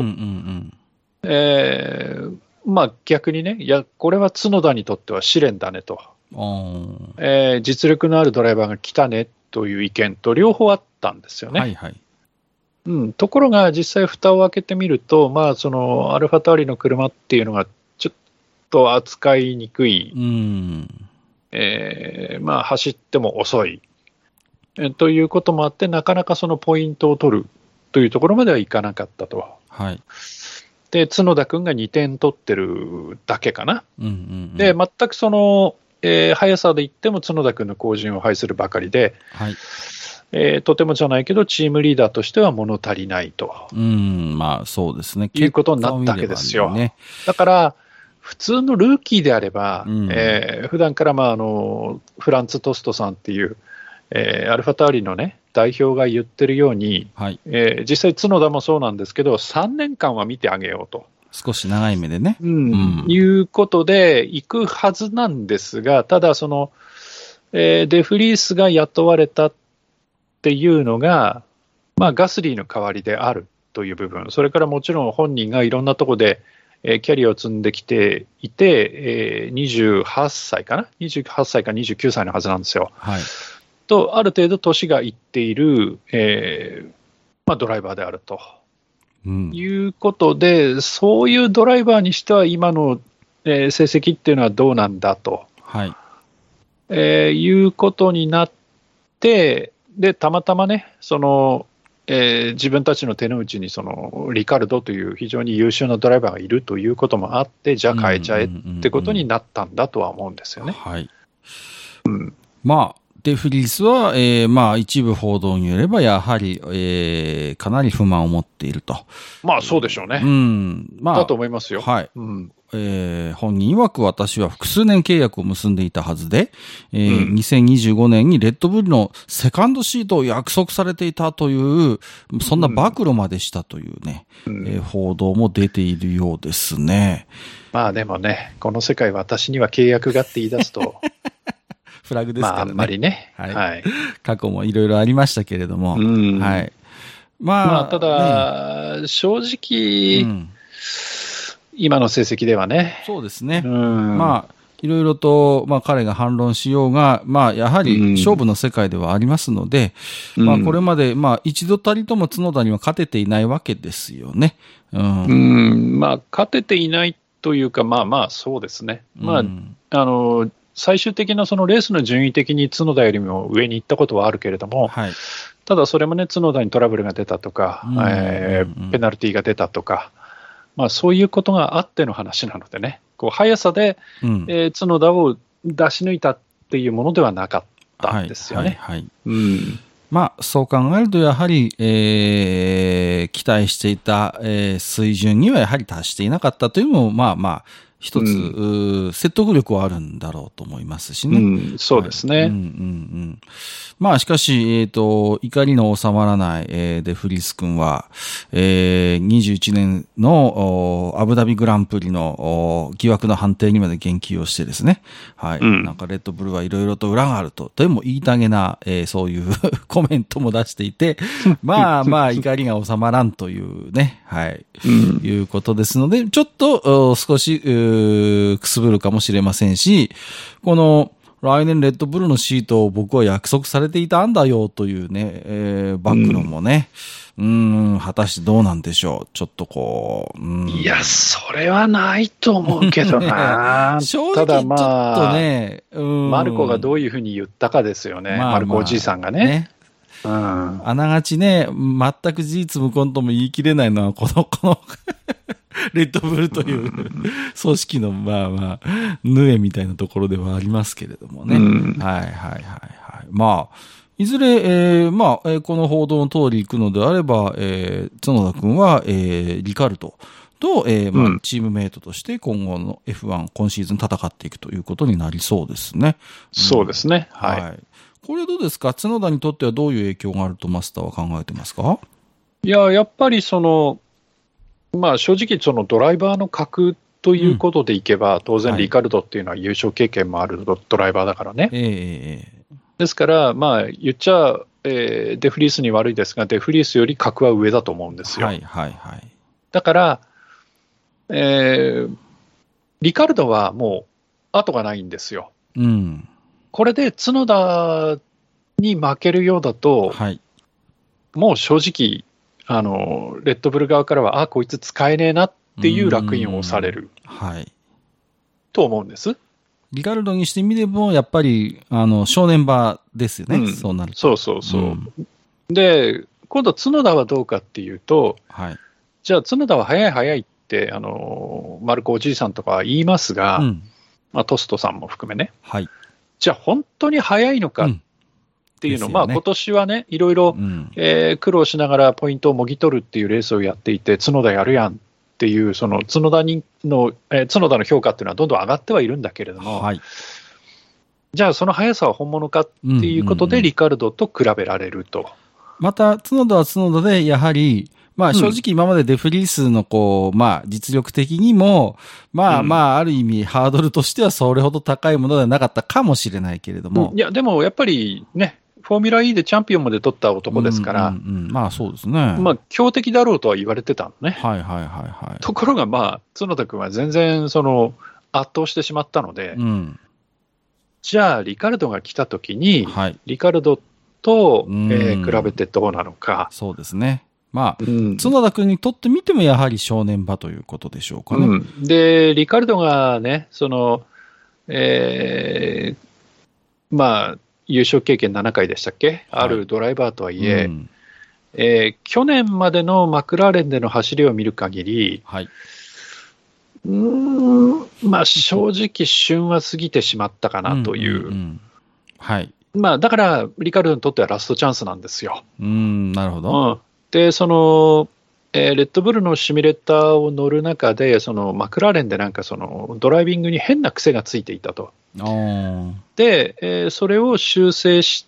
まあ、逆にね、いや、これは角田にとっては試練だねと、実力のあるドライバーが来たねという意見と両方あったんですよね。はいはい、ところが実際蓋を開けてみると、まあ、そのアルファタウリの車っていうのがちょっと扱いにくい、まあ、走っても遅い、ということもあってなかなかそのポイントを取るというところまではいかなかったと。はい、で角田君が2点取ってるだけかな。で全くその、速さで言っても角田君の後陣を排するばかりで、はいとてもじゃないけど、チームリーダーとしては物足りないと。 まあそうですね。 いうことになったわけですよ。だから、普通のルーキーであれば、普段から、まあ、フランツ・トストさんっていう、アルファタウリのね、代表が言ってるように、はい実際角田もそうなんですけど、3年間は見てあげようと。 少し長い目でね。 いうことで、行くはずなんですが、ただその、デフリースが雇われたっていうのが、まあ、ガスリーの代わりであるという部分、それからもちろん本人がいろんなところで、キャリアを積んできていて、28歳かな、28歳か29歳のはずなんですよ。はい、と、ある程度年がいっている、まあ、ドライバーであると、いうことで、そういうドライバーにしては今の、成績っていうのはどうなんだと、はいいうことになって、でたまたまね、その自分たちの手の内にそのリカルドという非常に優秀なドライバーがいるということもあって、じゃあ変えちゃえってことになったんだとは思うんですよね。 はいまあ、デフリースは、まあ、一部報道によれば、やはり、かなり不満を持っていると。 まあ、そうでしょうね。まあ、だと思いますよ。 はい。本人曰く私は複数年契約を結んでいたはずで、2025年にレッドブルのセカンドシートを約束されていたという、そんな暴露までしたというね、報道も出ているようですね。 まあでもね、この世界私には契約がって言い出すと、 フラグですからね。 まあ、あんまりね。 はい。過去もいろいろありましたけれども。はい。 まあ、ただ、正直、今の成績ではね。 そうですね。まあ、いろいろと、まあ彼が反論しようが、まあやはり勝負の世界ではありますので、まあこれまで、まあ一度たりとも角田には勝てていないわけですよね。 まあ勝てていないというか、まあまあそうですね。まあ、最終的なそのレースの順位的に角田よりも上に行ったことはあるけれども、ただそれもね、角田にトラブルが出たとか、ペナルティーが出たとか、まあそういうことがあっての話なのでね、こう速さで、角田を出し抜いたっていうものではなかったんですよね。 まあそう考えるとやはり、期待していた、水準にはやはり達していなかったというのも、まあまあ、一つ、説得力はあるんだろうと思いますしね。 そうですね。 まあしかし、怒りの収まらない、デフリス君は、21年のアブダビグランプリの疑惑の判定にまで言及をしてですね。はい。なんかレッドブルはいろいろと裏があると、とても言いたげな、そういうコメントも出していて、まあまあ怒りが収まらんというね、はい。いうことですので、ちょっと少し、くすぶるかもしれませんし、この来年レッドブルのシートを僕は約束されていたんだよというね、暴露もね、果たしてどうなんでしょう。ちょっとこう、 いや、それはないと思うけどな。 正直ちょっとね、 マルコがどういうふうに言ったかですよね。マルコおじいさんがね。 あながちね、全く事実無根とも言い切れないのは、このレッドブルという組織の、まあまあ、ヌエみたいなところではありますけれどもね。まあ、いずれ、まあ、この報道の通り行くのであれば、角田君は、リカルドと、まあ、チームメイトとして今後の F1 今シーズン戦っていくということになりそうですね。 そうですね。はい。 これどうですか？角田にとってはどういう影響があるとマスターは考えてますか？ いや、やっぱりまあ正直そのドライバーの格ということでいけば、当然リカルドっていうのは優勝経験もあるドライバーだからね。ですから、まあ言っちゃ、デフリースに悪いですが、デフリースより格は上だと思うんですよ。だから、リカルドはもう後がないんですよ。これで角田に負けるようだと、もう正直、レッドブル側からは、こいつ使えねえなっていう烙印を押される。と思うんです。 リカルドにしてみれば、やっぱり、正念場ですよね。そうなると。 そう。で、今度角田はどうかっていうと、じゃあ角田は早いって、マルコおじいさんとかは言いますが、まあトストさんも含めね。じゃあ本当に早いのかっていうのを、まあ今年はね、いろいろ苦労しながらポイントをもぎ取るっていうレースをやっていて、角田やるやんっていう、その角田の評価っていうのはどんどん上がってはいるんだけれども、じゃあその速さは本物かっていうことで、リカルドと比べられると。 また、角田は角田で、やはり、まあ正直今までデフリースのこう、まあ実力的にも、まあある意味ハードルとしてはそれほど高いものではなかったかもしれないけれども。 いや、でもやっぱりね、フォーミュラ E でチャンピオンまで取った男ですから、 まあそうですね。 まあ強敵だろうとは言われてたのね。ところがまあ、角田君は全然圧倒してしまったので、じゃあリカルドが来た時に、リカルドと、比べてどうなのか。 そうですね。まあ、角田君にとってみてもやはり正念場ということでしょうかね。 で、リカルドがね、まあ、優勝経験7回でしたっけ、あるドライバーとはいえ、去年までのマクラーレンでの走りを見る限り、 まあ正直旬は過ぎてしまったかなという。 はい。 まあだから、リカルドにとってはラストチャンスなんですよ。 なるほど。 で、レッドブルのシミュレーターを乗る中で、マクラーレンでなんかドライビングに変な癖がついていたと。で、それを修正して、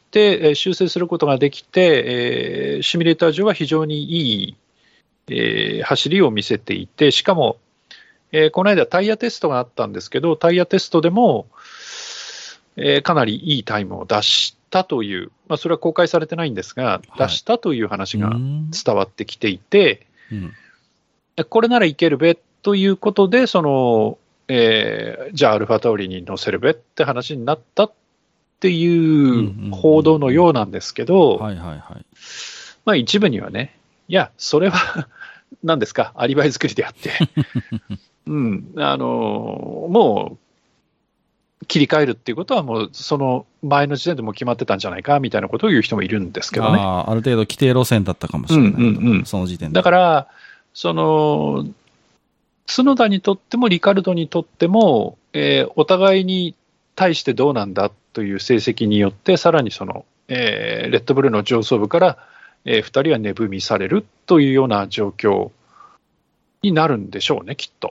修正することができて、シミュレーター上は非常にいい、走りを見せていて、しかも、この間タイヤテストがあったんですけど、タイヤテストでも、かなりいいタイムを出したという、まあ、それは公開されてないんですが、出したという話が伝わってきていて、これならいけるべということで、じゃあアルファタオリに乗せるべって話になったっていう報道のようなんですけど、まあ一部にはね、いや、それは何ですか、アリバイ作りであって、もう、切り替えるっていうことは、もうその前の時点でも決まってたんじゃないかみたいなことを言う人もいるんですけどね。 ある程度規定路線だったかもしれないと、その時点で。 だから、角田にとってもリカルドにとっても、お互いに対してどうなんだという成績によって、さらにレッドブルの上層部から、2人は値踏みされるというような状況になるんでしょうね、きっと。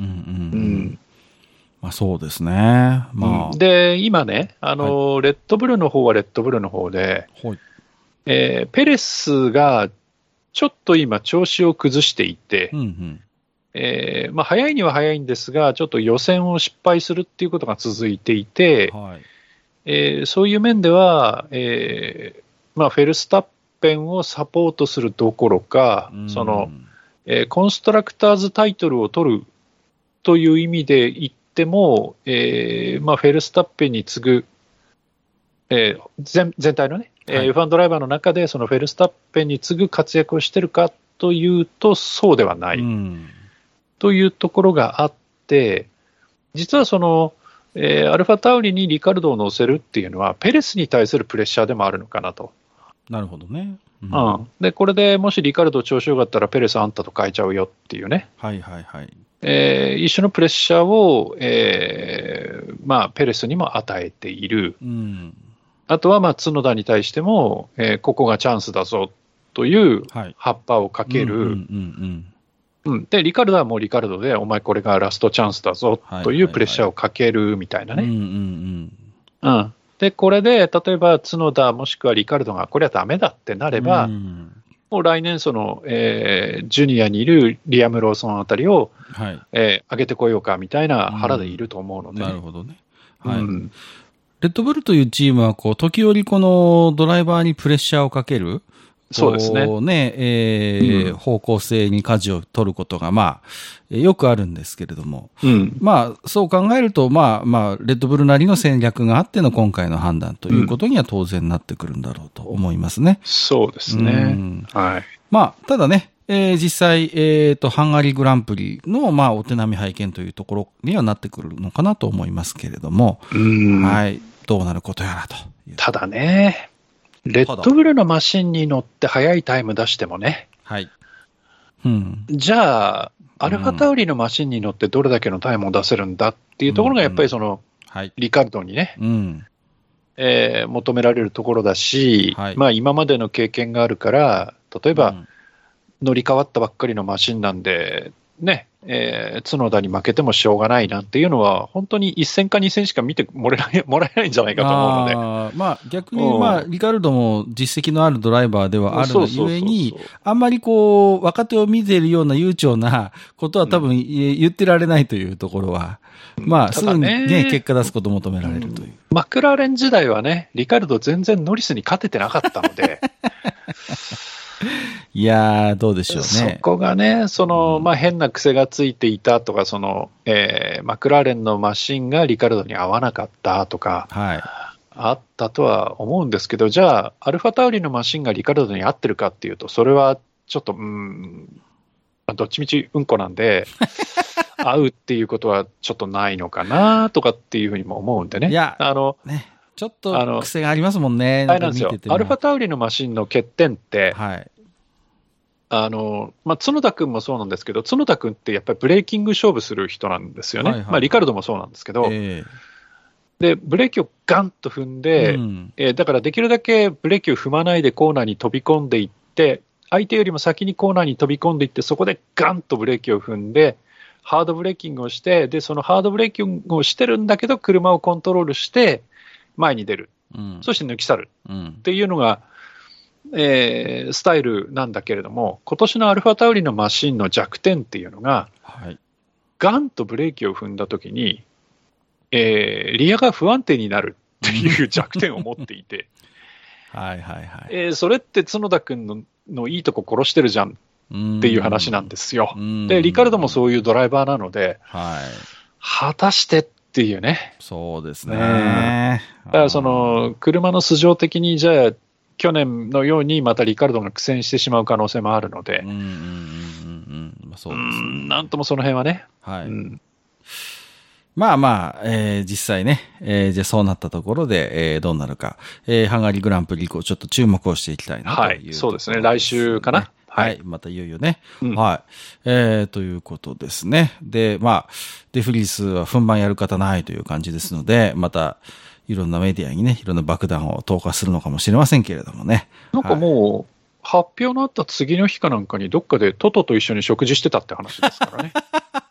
まあ、そうですね。 で、今ね、レッドブルの方はレッドブルの方で、ペレスがちょっと今、調子を崩していて、まあ、早いには早いんですが、ちょっと予選を失敗するっていうことが続いていて、そういう面では、まあ、フェルスタッペンをサポートするどころか、コンストラクターズタイトルを取るという意味で言っても、まあ、フェルスタッペンに次ぐ、全体のね、F1 ドライバーの中でそのフェルスタッペンに次ぐ活躍をしているかというと、そうではない、というところがあって、実はアルファタウリにリカルドを乗せるっていうのは、ペレスに対するプレッシャーでもあるのかなと。 なるほどね。 で、これでもしリカルド調子よかったら、ペレスあんたと変えちゃうよっていうね。一種のプレッシャーを、まあ、ペレスにも与えている。あとは、まあ、角田に対しても、ここがチャンスだぞという葉っぱをかける。で、リカルドはもうリカルドで、お前これがラストチャンスだぞというプレッシャーをかけるみたいなね。で、これで、例えば角田もしくはリカルドがこれはダメだってなれば、もう来年ジュニアにいるリアム・ローソンあたりを、上げてこようかみたいな腹でいると思うので。 なるほどね。レッドブルというチームは、時折このドライバーにプレッシャーをかける。 そうですね。 方向性に舵を取ることが、まあ、よくあるんですけれども。まあ、そう考えると、まあ、レッドブルなりの戦略があっての今回の判断ということには当然なってくるんだろうと思いますね。 そうですね。 まあ、ただね、実際、ハンガリーグランプリの、まあ、お手並み拝見というところにはなってくるのかなと思いますけれども。どうなることやらと。 ただね、レッドブルのマシンに乗って速いタイム出してもね。じゃあ、アルファタウリのマシンに乗ってどれだけのタイムを出せるんだっていうところがやっぱりリカルドにね、求められるところだし、まあ今までの経験があるから、例えば乗り換わったばっかりのマシンなんで、ね、角田に負けてもしょうがないなっていうのは、本当に1戦か2戦しか見てもらえないんじゃないかと思うので。 まあ逆に、まあ、リカルドも実績のあるドライバーではあるがゆえに、あんまりこう、若手を見ているような悠長なことは多分言ってられないというところは、まあ、すぐにね、結果出すことを求められるという。 マクラーレン時代はね、リカルド全然ノリスに勝ててなかったので、 いやー、どうでしょうね。 そこがね、まあ、変な癖がついていたとか、マクラーレンのマシンがリカルドに合わなかったとか、あったとは思うんですけど、じゃあ、アルファタウリのマシンがリカルドに合ってるかっていうと、それはちょっと、どっちみちうんこなんで、合うっていうことはちょっとないのかなとかっていうふうにも思うんでね。 いや、ちょっと癖がありますもんね。 あれなんですよ。アルファタウリのマシンの欠点って、 角田君もそうなんですけど、角田君ってやっぱりブレーキング勝負する人なんですよね。 はいはい、 リカルドもそうなんですけど、で、ブレーキをガンと踏んで、だからできるだけブレーキを踏まないでコーナーに飛び込んでいって、相手よりも先にコーナーに飛び込んでいって、そこでガンとブレーキを踏んで、ハードブレーキングをして、で、そのハードブレーキングをしてるんだけど、車をコントロールして、前に出る。そして抜き去る。っていうのが、スタイルなんだけれども、今年のアルファタウリのマシンの弱点っていうのが、ガンとブレーキを踏んだときに、リアが不安定になるっていう弱点を持っていて、それって角田君のいいとこ殺してるじゃんっていう話なんですよ。で、リカルドもそういうドライバーなので、果たしてっていうね。 そうですね。 だからその車の素性的にじゃあ去年のようにまたリカルドが苦戦してしまう可能性もあるので、なんともその辺はね。 まあ、実際ね、じゃあそうなったところで、どうなるか、ハンガリーグランプリ以降ちょっと注目をしていきたいなという、 そうですね。来週かな。 またいよいよね。ということですね。で、デフリースは奮番やる方ないという感じですので、また、いろんなメディアにね、いろんな爆弾を投下するのかもしれませんけれどもね。 なんかもう、発表のあった次の日かなんかにどっかでトトと一緒に食事してたって話ですからね。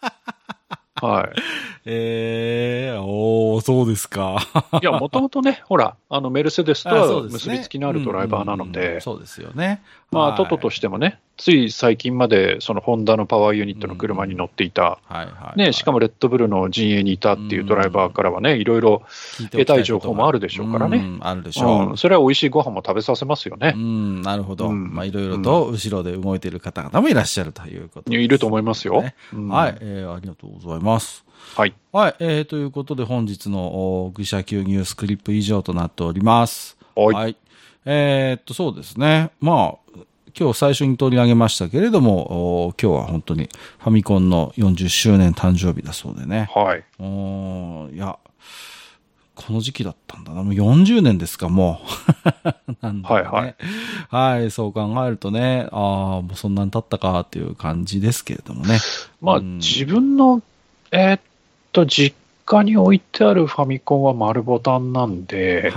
そうですか。 いや、もともとね、ほら、メルセデスとは結びつきのあるドライバーなので、 そうですよね。 トトとしてもね、つい最近まで、そのホンダのパワーユニットの車に乗っていた、しかもレッドブルの陣営にいたっていうドライバーからはね、いろいろ得たい情報もあるでしょうからね。 あるでしょう。それは美味しいご飯も食べさせますよね。 なるほど。いろいろと後ろで動いている方々もいらっしゃるということですね。 いると思いますよ。 ありがとうございます。ということで本日の愚者級ニュースクリップ以上となっております。そうですね。今日最初に取り上げましたけれども、今日は本当にファミコンの40周年誕生日だそうでね。いや、この時期だったんだな。もう40年ですか、もう。なんだね。そう考えるとね、もうそんなに経ったかっていう感じですけれどもね。 自分の、実家に置いてあるファミコンは丸ボタンなんで、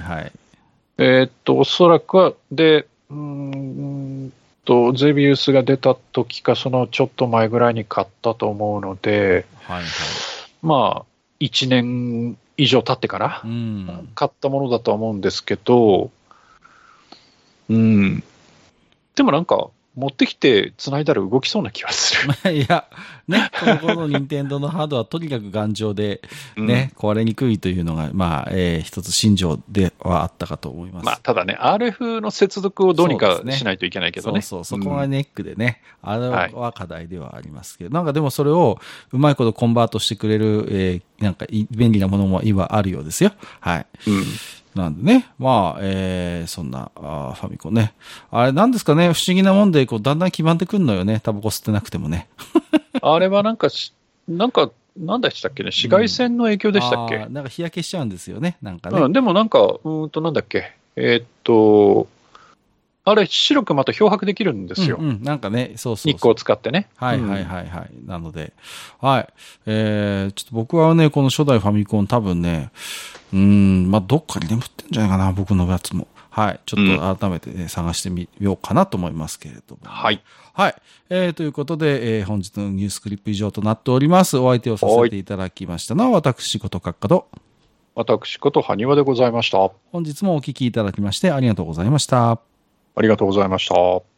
おそらくは、で、ゼビウスが出た時か、そのちょっと前ぐらいに買ったと思うので、1年以上経ってから買ったものだとは思うんですけど、でもなんか、持ってきて繋いだら動きそうな気がする。 いや、ね、この頃の任天堂のハードはとにかく頑丈で、ね、壊れにくいというのが、一つ信条ではあったかと思います。 ただね、RF の接続をどうにかしないといけないけどね。 そこがネックでね、あれは課題ではありますけど、なんかでもそれをうまいことコンバートしてくれる、なんか便利なものも今あるようですよ。なんでね、そんなファミコンね。あれなんですかね、不思議なもんで、だんだん決まってくんのよね、タバコ吸ってなくてもね。 あれはなんでしたっけね、紫外線の影響でしたっけ、 なんか日焼けしちゃうんですよね、なんかね。 でもなんか、なんだっけ、あれ、白くまた漂白できるんですよ。 なんかね、そう日光を使ってね。 なので、ちょっと僕はね、この初代ファミコン多分ね、どっかに眠ってんじゃないかな、僕のやつも。ちょっと改めて、ね、探してみようかなと思いますけれども。ということで、本日のニュースクリップ以上となっております。お相手をさせていただきましたのは、私こと閣下と、 私こと埴輪でございました。 本日もお聞きいただきましてありがとうございました。 ありがとうございました。